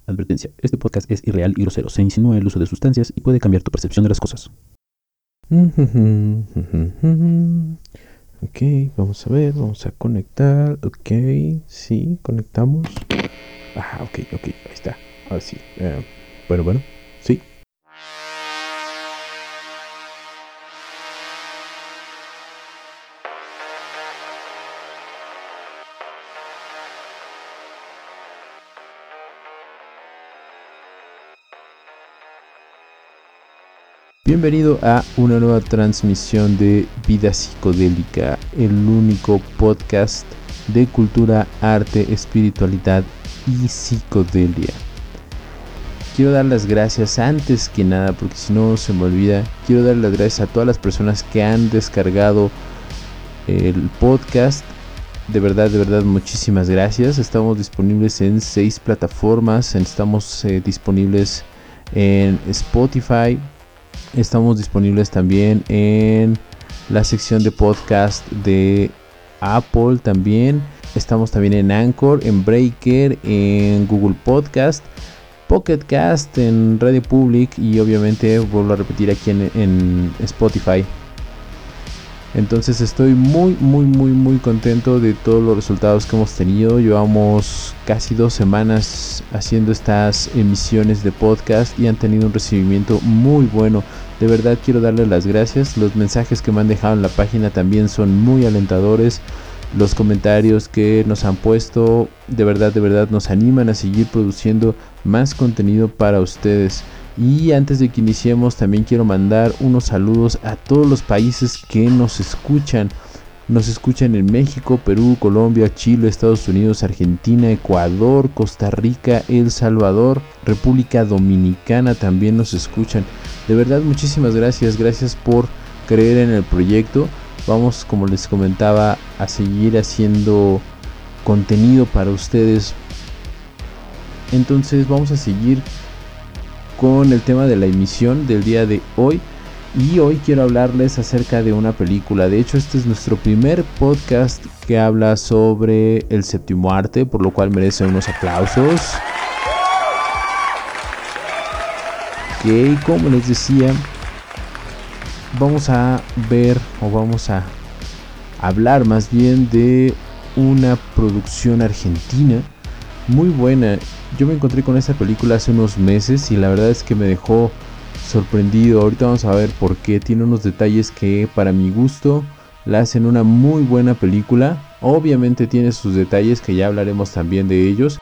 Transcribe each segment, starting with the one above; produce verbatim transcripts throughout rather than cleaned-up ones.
Advertencia, este podcast es irreal y grosero, se insinúa el uso de sustancias y puede cambiar tu percepción de las cosas. Ok, vamos a ver, vamos a conectar. Ok, sí, conectamos. Ah, ok, ok, ahí está. Ahora sí. Eh, bueno, bueno, sí. Bienvenido a una nueva transmisión de Vida Psicodélica, el único podcast de cultura, arte, espiritualidad y psicodelia. Quiero dar las gracias antes que nada, porque si no se me olvida, quiero dar las gracias a todas las personas que han descargado el podcast. De verdad, de verdad, muchísimas gracias. Estamos disponibles en seis plataformas. Estamos eh, disponibles en Spotify. Estamos disponibles también en la sección de podcast de Apple también. Estamos también en Anchor, en Breaker, en Google Podcast, Pocket Cast, en Radio Public y obviamente vuelvo a repetir aquí en, en Spotify. Entonces estoy muy muy muy muy contento de todos los resultados que hemos tenido. Llevamos casi dos semanas haciendo estas emisiones de podcast y han tenido un recibimiento muy bueno. De verdad quiero darles las gracias. Los mensajes que me han dejado en la página también son muy alentadores. Los comentarios que nos han puesto de verdad de verdad nos animan a seguir produciendo más contenido para ustedes. Y antes de que iniciemos también quiero mandar unos saludos a todos los países que nos escuchan. Nos escuchan en México, Perú, Colombia, Chile, Estados Unidos, Argentina, Ecuador, Costa Rica, El Salvador, República Dominicana también nos escuchan. De verdad muchísimas gracias, gracias por creer en el proyecto. Vamos, como les comentaba, a seguir haciendo contenido para ustedes. Entonces vamos a seguir con el tema de la emisión del día de hoy. Y hoy quiero hablarles acerca de una película. De hecho, este es nuestro primer podcast que habla sobre el séptimo arte, por lo cual merece unos aplausos. Ok, como les decía, vamos a ver o vamos a hablar más bien de una producción argentina muy buena. Yo me encontré con esta película hace unos meses y la verdad es que me dejó sorprendido. Ahorita vamos a ver por qué. Tiene unos detalles que para mi gusto la hacen una muy buena película. Obviamente tiene sus detalles que ya hablaremos también de ellos.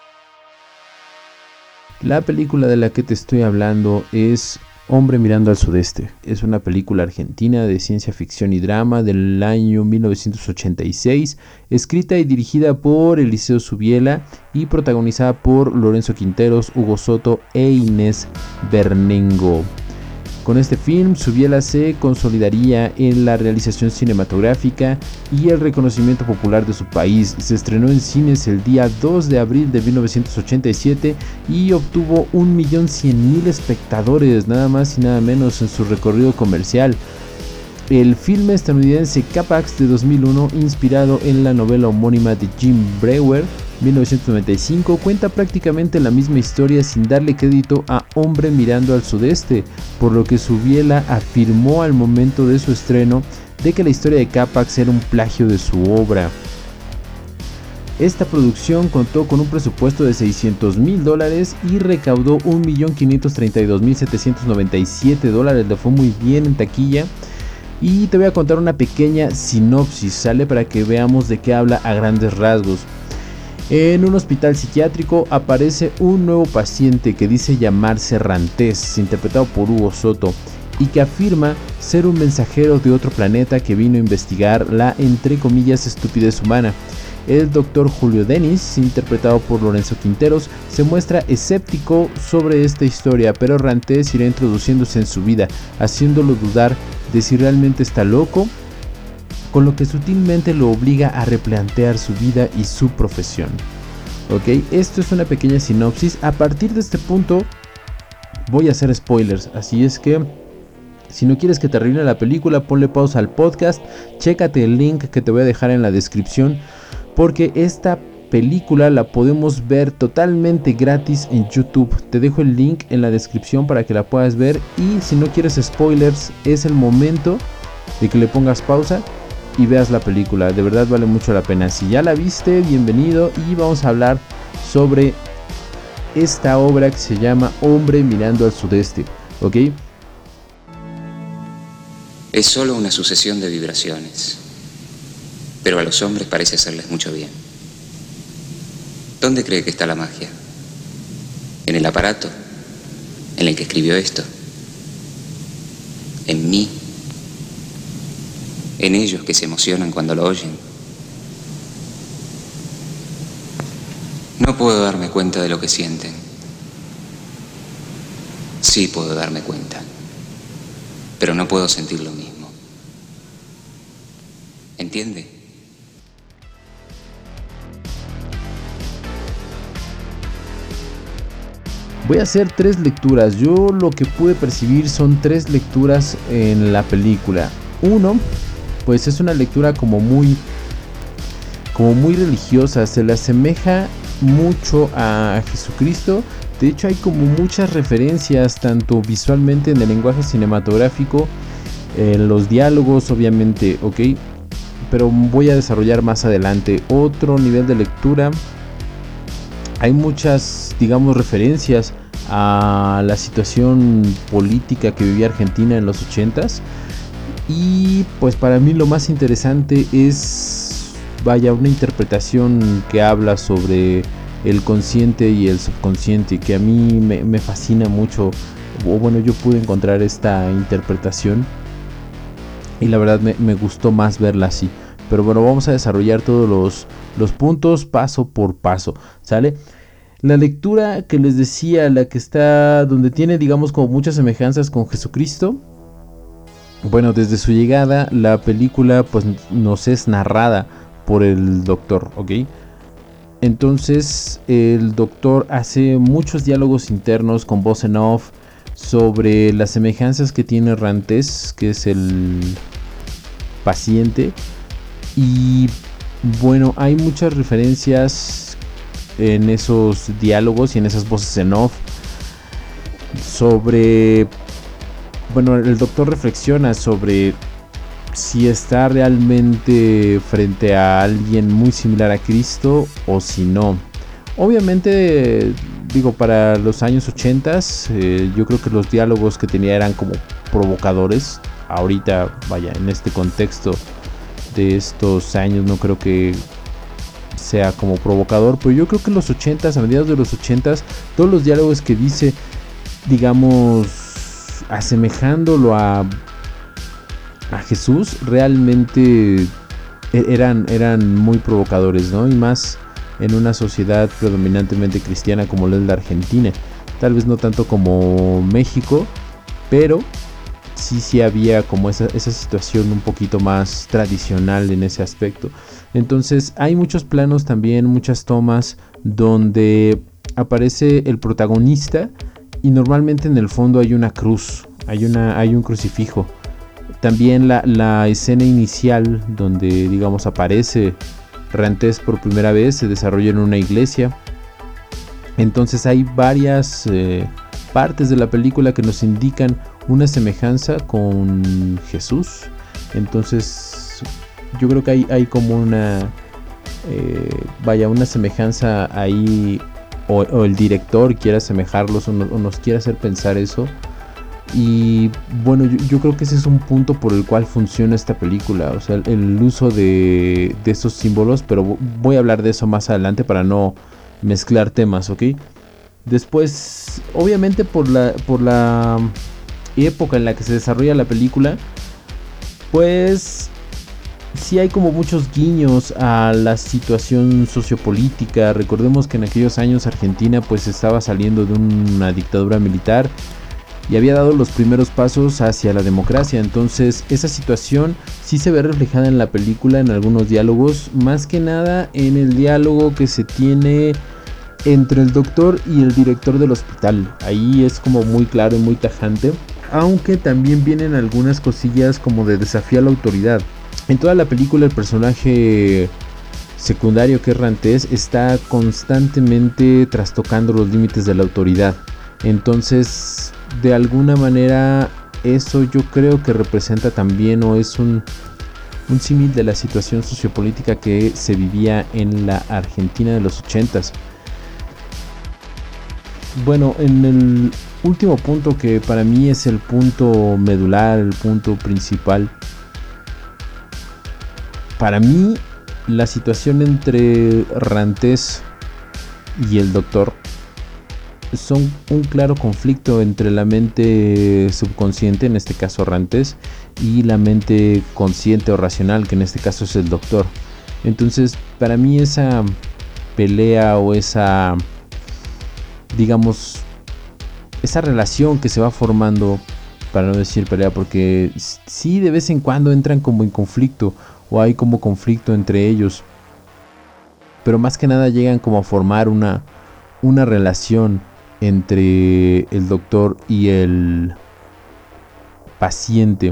La película de la que te estoy hablando es Hombre mirando al sudeste. Es una película argentina de ciencia ficción y drama del año mil novecientos ochenta y seis, escrita y dirigida por Eliseo Subiela y protagonizada por Lorenzo Quinteros, Hugo Soto e Inés Bernengo. Con este film, Subiela se consolidaría en la realización cinematográfica y el reconocimiento popular de su país. Se estrenó en cines el día dos de abril de mil novecientos ochenta y siete y obtuvo un millón cien mil espectadores, nada más y nada menos, en su recorrido comercial. El filme estadounidense Capax de dos mil uno, inspirado en la novela homónima de Jim Breuer, mil novecientos noventa y cinco, cuenta prácticamente la misma historia sin darle crédito a Hombre mirando al sudeste, por lo que Subiela afirmó al momento de su estreno de que la historia de Capax era un plagio de su obra. Esta producción contó con un presupuesto de seiscientos mil dólares y recaudó un millón quinientos treinta y dos mil setecientos noventa y siete dólares, le fue muy bien en taquilla. Y te voy a contar una pequeña sinopsis, ¿sale? Para que veamos de qué habla a grandes rasgos. En un hospital psiquiátrico aparece un nuevo paciente que dice llamarse Rantés, interpretado por Hugo Soto, y que afirma ser un mensajero de otro planeta que vino a investigar la, entre comillas, estupidez humana. El doctor Julio Denis, interpretado por Lorenzo Quinteros, se muestra escéptico sobre esta historia, pero Rantés irá introduciéndose en su vida, haciéndolo dudar de si realmente está loco, con lo que sutilmente lo obliga a replantear su vida y su profesión. Ok, esto es una pequeña sinopsis. A partir de este punto voy a hacer spoilers, así es que si no quieres que te arruine la película, ponle pausa al podcast, chécate el link que te voy a dejar en la descripción, porque esta película la podemos ver totalmente gratis en YouTube. Te dejo el link en la descripción para que la puedas ver, y si no quieres spoilers, es el momento de que le pongas pausa y veas la película. De verdad vale mucho la pena. Si ya la viste, bienvenido, y vamos a hablar sobre esta obra que se llama Hombre mirando al sudeste, ¿ok? Es solo una sucesión de vibraciones, pero a los hombres parece hacerles mucho bien. ¿Dónde cree que está la magia? ¿En el aparato? ¿En el que escribió esto? ¿En mí? ¿En ellos que se emocionan cuando lo oyen? No puedo darme cuenta de lo que sienten. Sí puedo darme cuenta, pero no puedo sentir lo mismo. ¿Entiende? Voy a hacer tres lecturas. Yo lo que pude percibir son tres lecturas en la película. Uno, pues es una lectura como muy, como muy religiosa. Se le asemeja mucho a Jesucristo. De hecho hay como muchas referencias, tanto visualmente en el lenguaje cinematográfico, en los diálogos obviamente, ok. Pero voy a desarrollar más adelante. Otro nivel de lectura. Hay muchas, digamos, referencias a la situación política que vivía Argentina en los ochentas. Y pues para mí lo más interesante es, vaya, una interpretación que habla sobre el consciente y el subconsciente, que a mí me, me fascina mucho. O bueno, yo pude encontrar esta interpretación y la verdad me, me gustó más verla así. Pero bueno, vamos a desarrollar todos los, los puntos paso por paso, ¿sale? La lectura que les decía, la que está, donde tiene, digamos, como muchas semejanzas con Jesucristo. Bueno, desde su llegada, la película pues nos es narrada por el doctor, ¿ok? Entonces, el doctor hace muchos diálogos internos con voz en off sobre las semejanzas que tiene Rantés, que es el paciente. Y bueno, hay muchas referencias en esos diálogos y en esas voces en off sobre, bueno, el doctor reflexiona sobre si está realmente frente a alguien muy similar a Cristo o si no. Obviamente, digo, para los años ochentas, eh, yo creo que los diálogos que tenía eran como provocadores. Ahorita, vaya, en este contexto de estos años no creo que sea como provocador, pero yo creo que en los ochentas, a mediados de los ochentas, todos los diálogos que dice, digamos, asemejándolo a, a Jesús, realmente eran, eran muy provocadores, ¿no? Y más en una sociedad predominantemente cristiana como la de la Argentina. Tal vez no tanto como México, pero sí, sí había como esa, esa situación un poquito más tradicional en ese aspecto. Entonces hay muchos planos también, muchas tomas donde aparece el protagonista y normalmente en el fondo hay una cruz, hay, una, hay un crucifijo. También la, la escena inicial donde, digamos, aparece Rantés por primera vez se desarrolla en una iglesia. Entonces hay varias eh, partes de la película que nos indican una semejanza con Jesús. Entonces yo creo que hay, hay como una eh, vaya, una semejanza ahí, o, o el director quiere asemejarlos o, no, o nos quiere hacer pensar eso. Y bueno, yo, yo creo que ese es un punto por el cual funciona esta película, o sea, el, el uso de, de estos símbolos, pero voy a hablar de eso más adelante para no mezclar temas, ¿ok? Después, obviamente por la, por la época en la que se desarrolla la película, pues sí hay como muchos guiños a la situación sociopolítica. Recordemos que en aquellos años Argentina pues estaba saliendo de una dictadura militar y había dado los primeros pasos hacia la democracia. Entonces esa situación sí se ve reflejada en la película, en algunos diálogos, más que nada en el diálogo que se tiene entre el doctor y el director del hospital. Ahí es como muy claro y muy tajante, aunque también vienen algunas cosillas como de desafío a la autoridad. En toda la película el personaje secundario que es Rantés está constantemente trastocando los límites de la autoridad. Entonces, de alguna manera, eso yo creo que representa también o es un, un símil de la situación sociopolítica que se vivía en la Argentina de los ochentas. Bueno, en el último punto, que para mí es el punto medular, el punto principal, para mí la situación entre Rantés y el doctor son un claro conflicto entre la mente subconsciente, en este caso Rantés, y la mente consciente o racional, que en este caso es el doctor. Entonces, para mí esa pelea o esa, digamos, esa relación que se va formando, para no decir pelea, porque sí de vez en cuando entran como en conflicto o hay como conflicto entre ellos, pero más que nada llegan como a formar una, una relación entre el doctor y el paciente.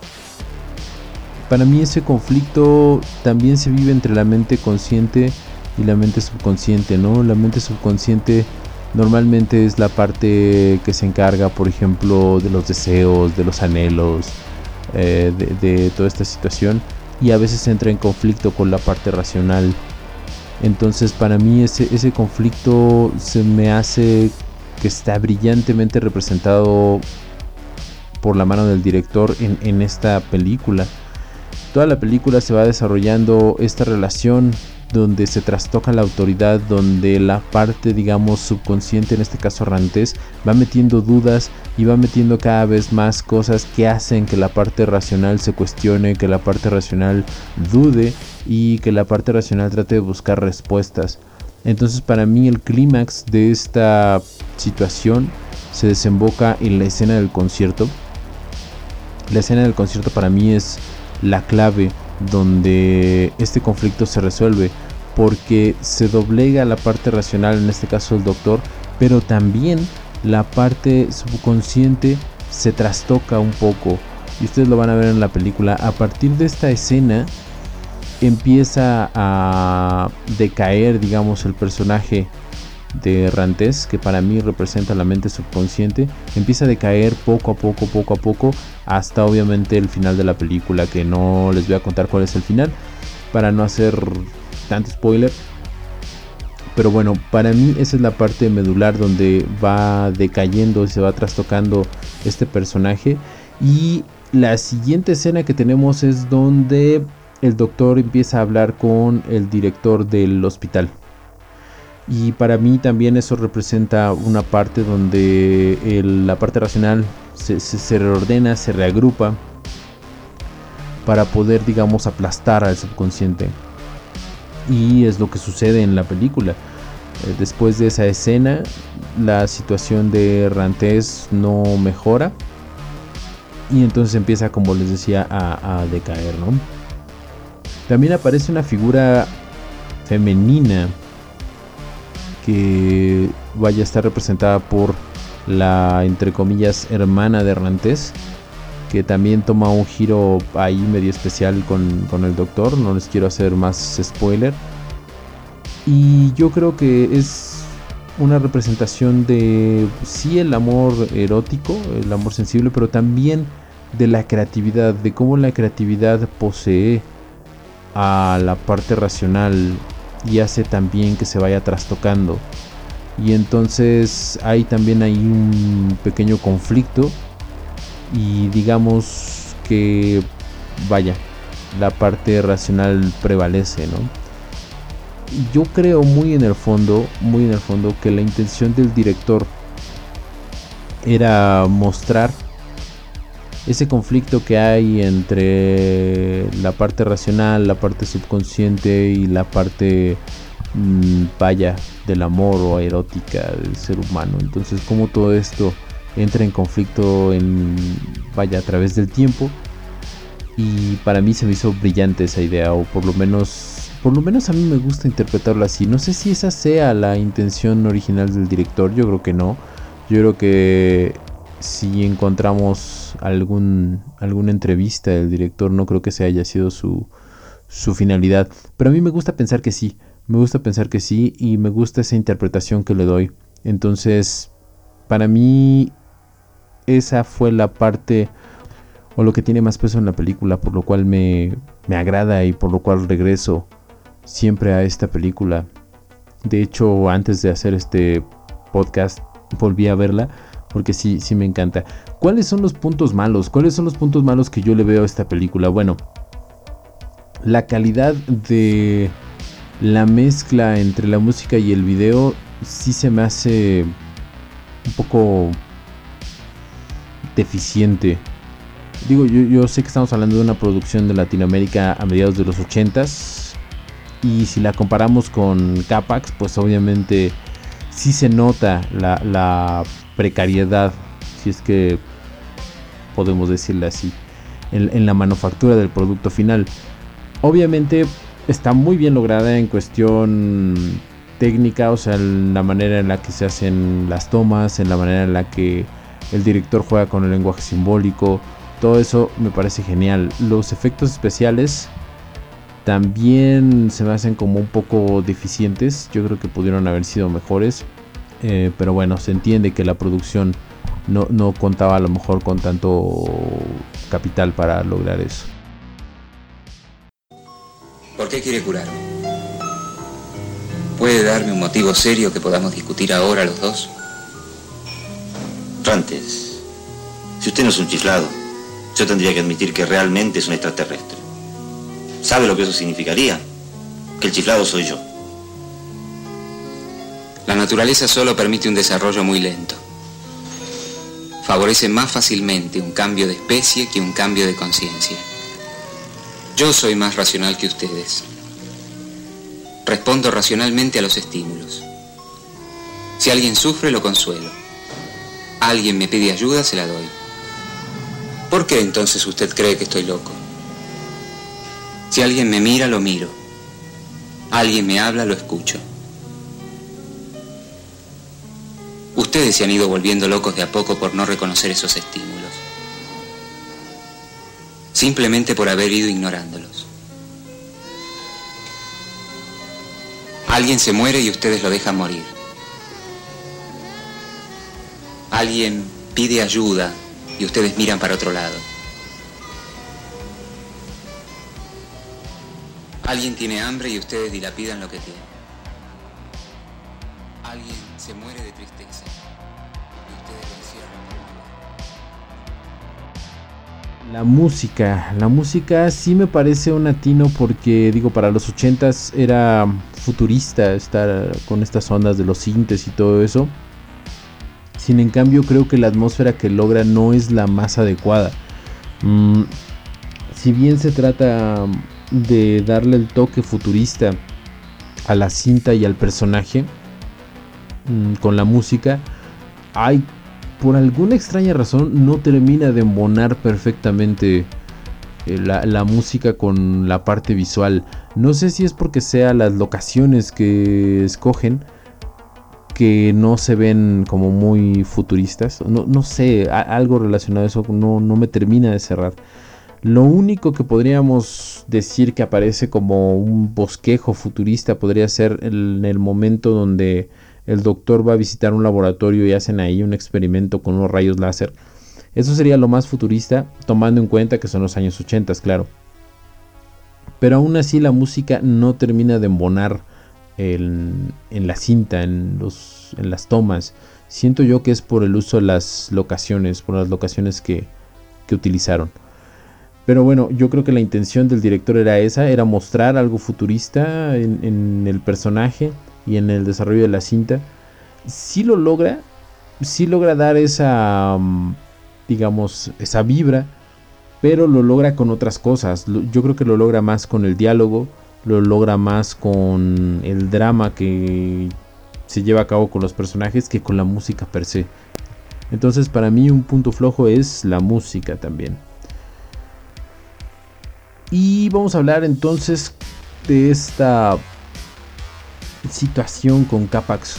Para mí ese conflicto también se vive entre la mente consciente y la mente subconsciente, ¿no? La mente subconsciente normalmente es la parte que se encarga, por ejemplo, de los deseos, de los anhelos, eh, de, de toda esta situación, y a veces entra en conflicto con la parte racional. Entonces, para mí ese, ese conflicto se me hace que está brillantemente representado por la mano del director en, en esta película. Toda la película se va desarrollando esta relación donde se trastoca la autoridad, donde la parte, digamos, subconsciente, en este caso Rantés, va metiendo dudas y va metiendo cada vez más cosas que hacen que la parte racional se cuestione, que la parte racional dude y que la parte racional trate de buscar respuestas. Entonces, para mí el clímax de esta situación se desemboca en la escena del concierto. La escena del concierto para mí es la clave donde este conflicto se resuelve, porque se doblega la parte racional, en este caso el doctor, pero también la parte subconsciente se trastoca un poco, y ustedes lo van a ver en la película. A partir de esta escena empieza a decaer, digamos, el personaje de Rantés, que para mí representa la mente subconsciente, empieza a decaer poco a poco, poco a poco, hasta obviamente el final de la película, que no les voy a contar cuál es el final para no hacer tanto spoiler. Pero bueno, para mí esa es la parte medular donde va decayendo y se va trastocando este personaje. Y la siguiente escena que tenemos es donde el doctor empieza a hablar con el director del hospital. Y para mí también eso representa una parte donde el, la parte racional se, se, se reordena, se reagrupa para poder, digamos, aplastar al subconsciente. Y es lo que sucede en la película. Eh, después de esa escena, la situación de Rantés no mejora. Y entonces empieza, como les decía, a, a decaer, ¿no? También aparece una figura femenina que vaya a estar representada por la, entre comillas, hermana de Rantés, que también toma un giro ahí medio especial con, con el doctor. No les quiero hacer más spoiler. Y yo creo que es una representación de, sí, el amor erótico, el amor sensible, pero también de la creatividad, de cómo la creatividad posee a la parte racional y hace también que se vaya trastocando. Y entonces hay también hay un pequeño conflicto, y digamos que, vaya, la parte racional prevalece, ¿no? Yo creo muy en el fondo, muy en el fondo que la intención del director era mostrar ese conflicto que hay entre la parte racional, la parte subconsciente y la parte, mmm, vaya, del amor o erótica del ser humano. Entonces, cómo todo esto entra en conflicto en, vaya, a través del tiempo. Y para mí se me hizo brillante esa idea, o por lo menos, por lo menos a mí me gusta interpretarlo así. No sé si esa sea la intención original del director, yo creo que no. Yo creo que si encontramos algún alguna entrevista del director, no creo que se haya sido su, su finalidad. Pero a mí me gusta pensar que sí, me gusta pensar que sí y me gusta esa interpretación que le doy. Entonces, para mí, esa fue la parte o lo que tiene más peso en la película, por lo cual me, me agrada y por lo cual regreso siempre a esta película. De hecho, antes de hacer este podcast, volví a verla porque sí, sí me encanta. ¿Cuáles son los puntos malos? ¿Cuáles son los puntos malos que yo le veo a esta película? Bueno, la calidad de la mezcla entre la música y el video sí se me hace un poco deficiente. Digo, yo, yo sé que estamos hablando de una producción de Latinoamérica a mediados de los ochentas, y si la comparamos con Capax, pues obviamente sí se nota la, la precariedad, si es que podemos decirle así, en, en la manufactura del producto final. Obviamente está muy bien lograda en cuestión técnica, o sea, en la manera en la que se hacen las tomas, en la manera en la que el director juega con el lenguaje simbólico. Todo eso me parece genial. Los efectos especiales también se me hacen como un poco deficientes. Yo creo que pudieron haber sido mejores. Eh, pero bueno, se entiende que la producción no, no contaba a lo mejor con tanto capital para lograr eso. ¿Por qué quiere curarme? ¿Puede darme un motivo serio que podamos discutir ahora los dos? Rantes, si usted no es un chiflado, yo tendría que admitir que realmente es un extraterrestre. ¿Sabe lo que eso significaría? Que el chiflado soy yo. La naturaleza solo permite un desarrollo muy lento. Favorece más fácilmente un cambio de especie que un cambio de conciencia. Yo soy más racional que ustedes. Respondo racionalmente a los estímulos. Si alguien sufre, lo consuelo. Alguien me pide ayuda, se la doy. ¿Por qué entonces usted cree que estoy loco? Si alguien me mira, lo miro. Alguien me habla, lo escucho. Ustedes se han ido volviendo locos de a poco por no reconocer esos estímulos. Simplemente por haber ido ignorándolos. Alguien se muere y ustedes lo dejan morir. Alguien pide ayuda y ustedes miran para otro lado. Alguien tiene hambre y ustedes dilapidan lo que tienen. Alguien se muere de tristeza y ustedes lo encierran por vida. La música, la música sí me parece un atino porque, digo, para los ochentas era futurista estar con estas ondas de los sintes y todo eso. Sin en cambio, creo que la atmósfera que logra no es la más adecuada. Mm, si bien se trata de darle el toque futurista a la cinta y al personaje mm, con la música, hay, por alguna extraña razón, no termina de embonar perfectamente eh, la, la música con la parte visual. No sé si es porque sea las locaciones que escogen, que no se ven como muy futuristas. No, no sé, a, algo relacionado a eso no, no me termina de cerrar. Lo único que podríamos decir que aparece como un bosquejo futurista podría ser en el momento donde el doctor va a visitar un laboratorio y hacen ahí un experimento con unos rayos láser. Eso sería lo más futurista, tomando en cuenta que son los años ochenta, claro. Pero aún así la música no termina de embonar En, en la cinta, en, los, en las tomas. Siento yo que es por el uso de las locaciones, por las locaciones que, que utilizaron. Pero bueno, yo creo que la intención del director era esa, era mostrar algo futurista en, en el personaje y en el desarrollo de la cinta. Sí lo logra, sí logra dar esa, digamos, esa vibra, pero lo logra con otras cosas. Yo creo que lo logra más con el diálogo, lo logra más con el drama que se lleva a cabo con los personajes que con la música per se. Entonces para mí un punto flojo es la música también. Y vamos a hablar entonces de esta situación con Capax.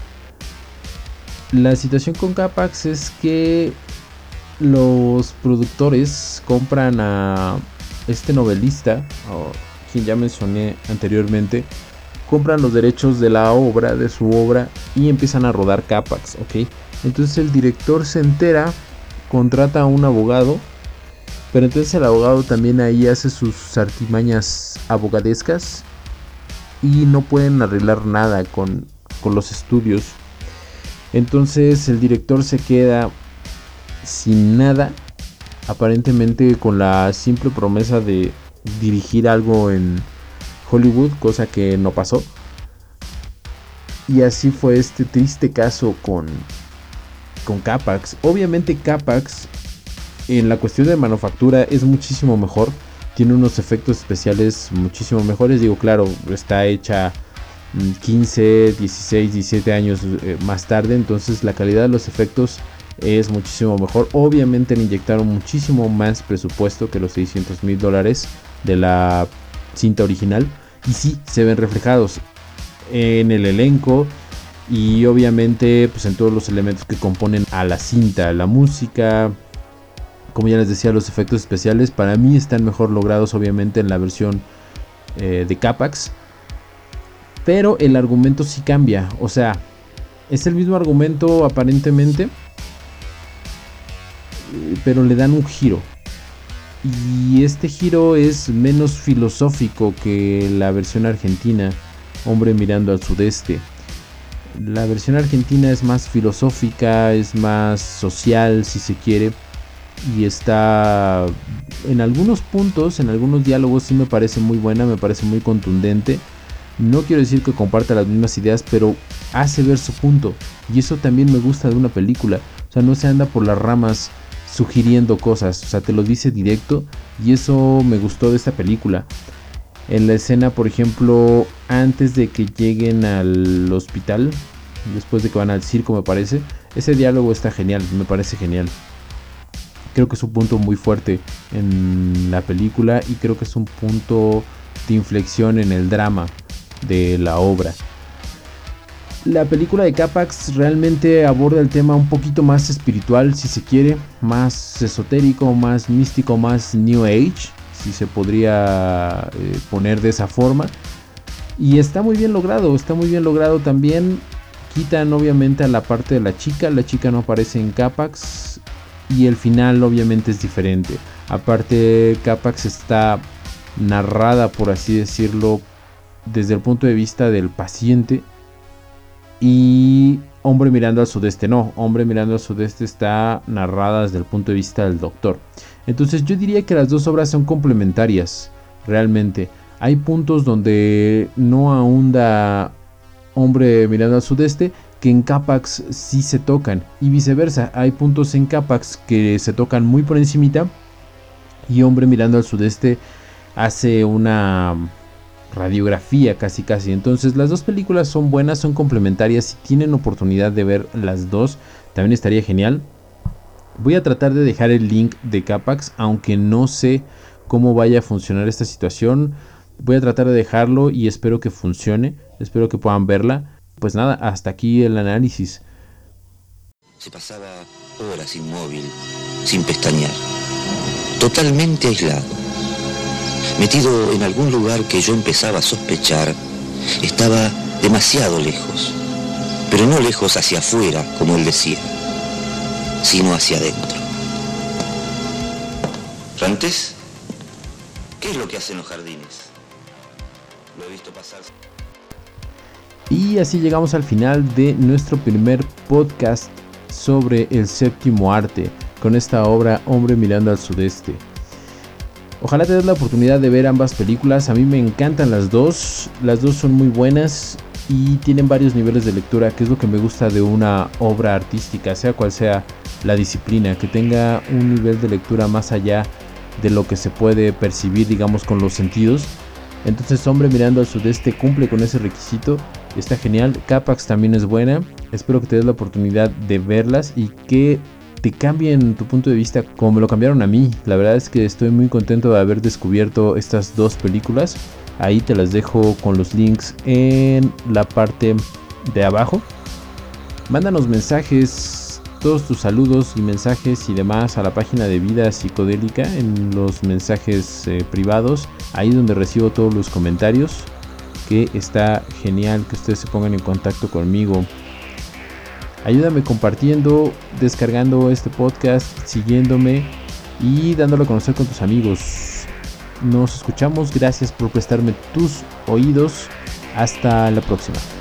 La situación con Capax es que los productores compran a este novelista, quien ya mencioné anteriormente, compran los derechos de la obra, de su obra, y empiezan a rodar Capax, ¿ok? Entonces el director se entera, contrata a un abogado, pero entonces el abogado también ahí hace sus artimañas abogadescas y no pueden arreglar nada con, con los estudios. Entonces el director se queda sin nada, aparentemente con la simple promesa de dirigir algo en Hollywood, cosa que no pasó. Y así fue este triste caso con, con Capax. Obviamente Capax en la cuestión de manufactura es muchísimo mejor, tiene unos efectos especiales muchísimo mejores. Digo, claro, está hecha quince, dieciséis, diecisiete años eh, más tarde, entonces la calidad de los efectos es muchísimo mejor. Obviamente le inyectaron muchísimo más presupuesto que los seiscientos mil dólares de la cinta original, y sí, se ven reflejados en el elenco y obviamente pues en todos los elementos que componen a la cinta. La música, como ya les decía, los efectos especiales para mí están mejor logrados obviamente en la versión eh, de Capax, pero el argumento sí cambia. O sea, es el mismo argumento aparentemente, pero le dan un giro, y este giro es menos filosófico que la versión argentina, Hombre mirando al sudeste. La versión argentina es más filosófica, es más social si se quiere, y está en algunos puntos, en algunos diálogos sí me parece muy buena, me parece muy contundente. No quiero decir que comparta las mismas ideas, pero hace ver su punto, y eso también me gusta de una película. O sea, no se anda por las ramas sugiriendo cosas, o sea, te lo dice directo, y eso me gustó de esta película. En la escena, por ejemplo, antes de que lleguen al hospital, después de que van al circo, me parece, ese diálogo está genial, me parece genial. Creo que es un punto muy fuerte en la película, y creo que es un punto de inflexión en el drama de la obra. La película de Capax realmente aborda el tema un poquito más espiritual, si se quiere, más esotérico, más místico, más New Age, si se podría eh, poner de esa forma. Y está muy bien logrado, está muy bien logrado también. Quitan obviamente a la parte de la chica, la chica no aparece en Capax, y el final obviamente es diferente. Aparte, Capax está narrada, por así decirlo, desde el punto de vista del paciente, y Hombre mirando al sudeste no, Hombre mirando al sudeste está narrada desde el punto de vista del doctor. Entonces yo diría que las dos obras son complementarias, realmente. Hay puntos donde no ahonda Hombre mirando al sudeste que en Capax sí se tocan, y viceversa. Hay puntos en Capax que se tocan muy por encimita, y Hombre mirando al sudeste hace una radiografía casi casi. Entonces las dos películas son buenas, son complementarias. Si tienen oportunidad de ver las dos, también estaría genial. Voy a tratar de dejar el link de Capax, aunque no sé cómo vaya a funcionar esta situación. Voy a tratar de dejarlo y espero que funcione, espero que puedan verla. Pues nada, hasta aquí el análisis. Se pasaba horas inmóvil, sin pestañear, totalmente aislado, metido en algún lugar que yo empezaba a sospechar estaba demasiado lejos, pero no lejos hacia afuera, como él decía, sino hacia adentro. ¿Rantes? ¿Qué es lo que hacen los jardines? Lo he visto pasar. Y así llegamos al final de nuestro primer podcast sobre el séptimo arte, con esta obra Hombre mirando al sudeste. Ojalá te des la oportunidad de ver ambas películas. A mí me encantan las dos, las dos son muy buenas y tienen varios niveles de lectura, que es lo que me gusta de una obra artística, sea cual sea la disciplina, que tenga un nivel de lectura más allá de lo que se puede percibir, digamos, con los sentidos. Entonces Hombre mirando al sudeste cumple con ese requisito, está genial. Capax también es buena, espero que te des la oportunidad de verlas y que te cambien tu punto de vista como me lo cambiaron a mí. La verdad es que estoy muy contento de haber descubierto estas dos películas. Ahí te las dejo con los links en la parte de abajo. Mándanos mensajes todos tus saludos y mensajes y demás a la página de Vida Psicodélica en los mensajes eh, privados, ahí donde recibo todos los comentarios, que está genial que ustedes se pongan en contacto conmigo. Ayúdame compartiendo, descargando este podcast, siguiéndome y dándolo a conocer con tus amigos. Nos escuchamos, gracias por prestarme tus oídos. Hasta la próxima.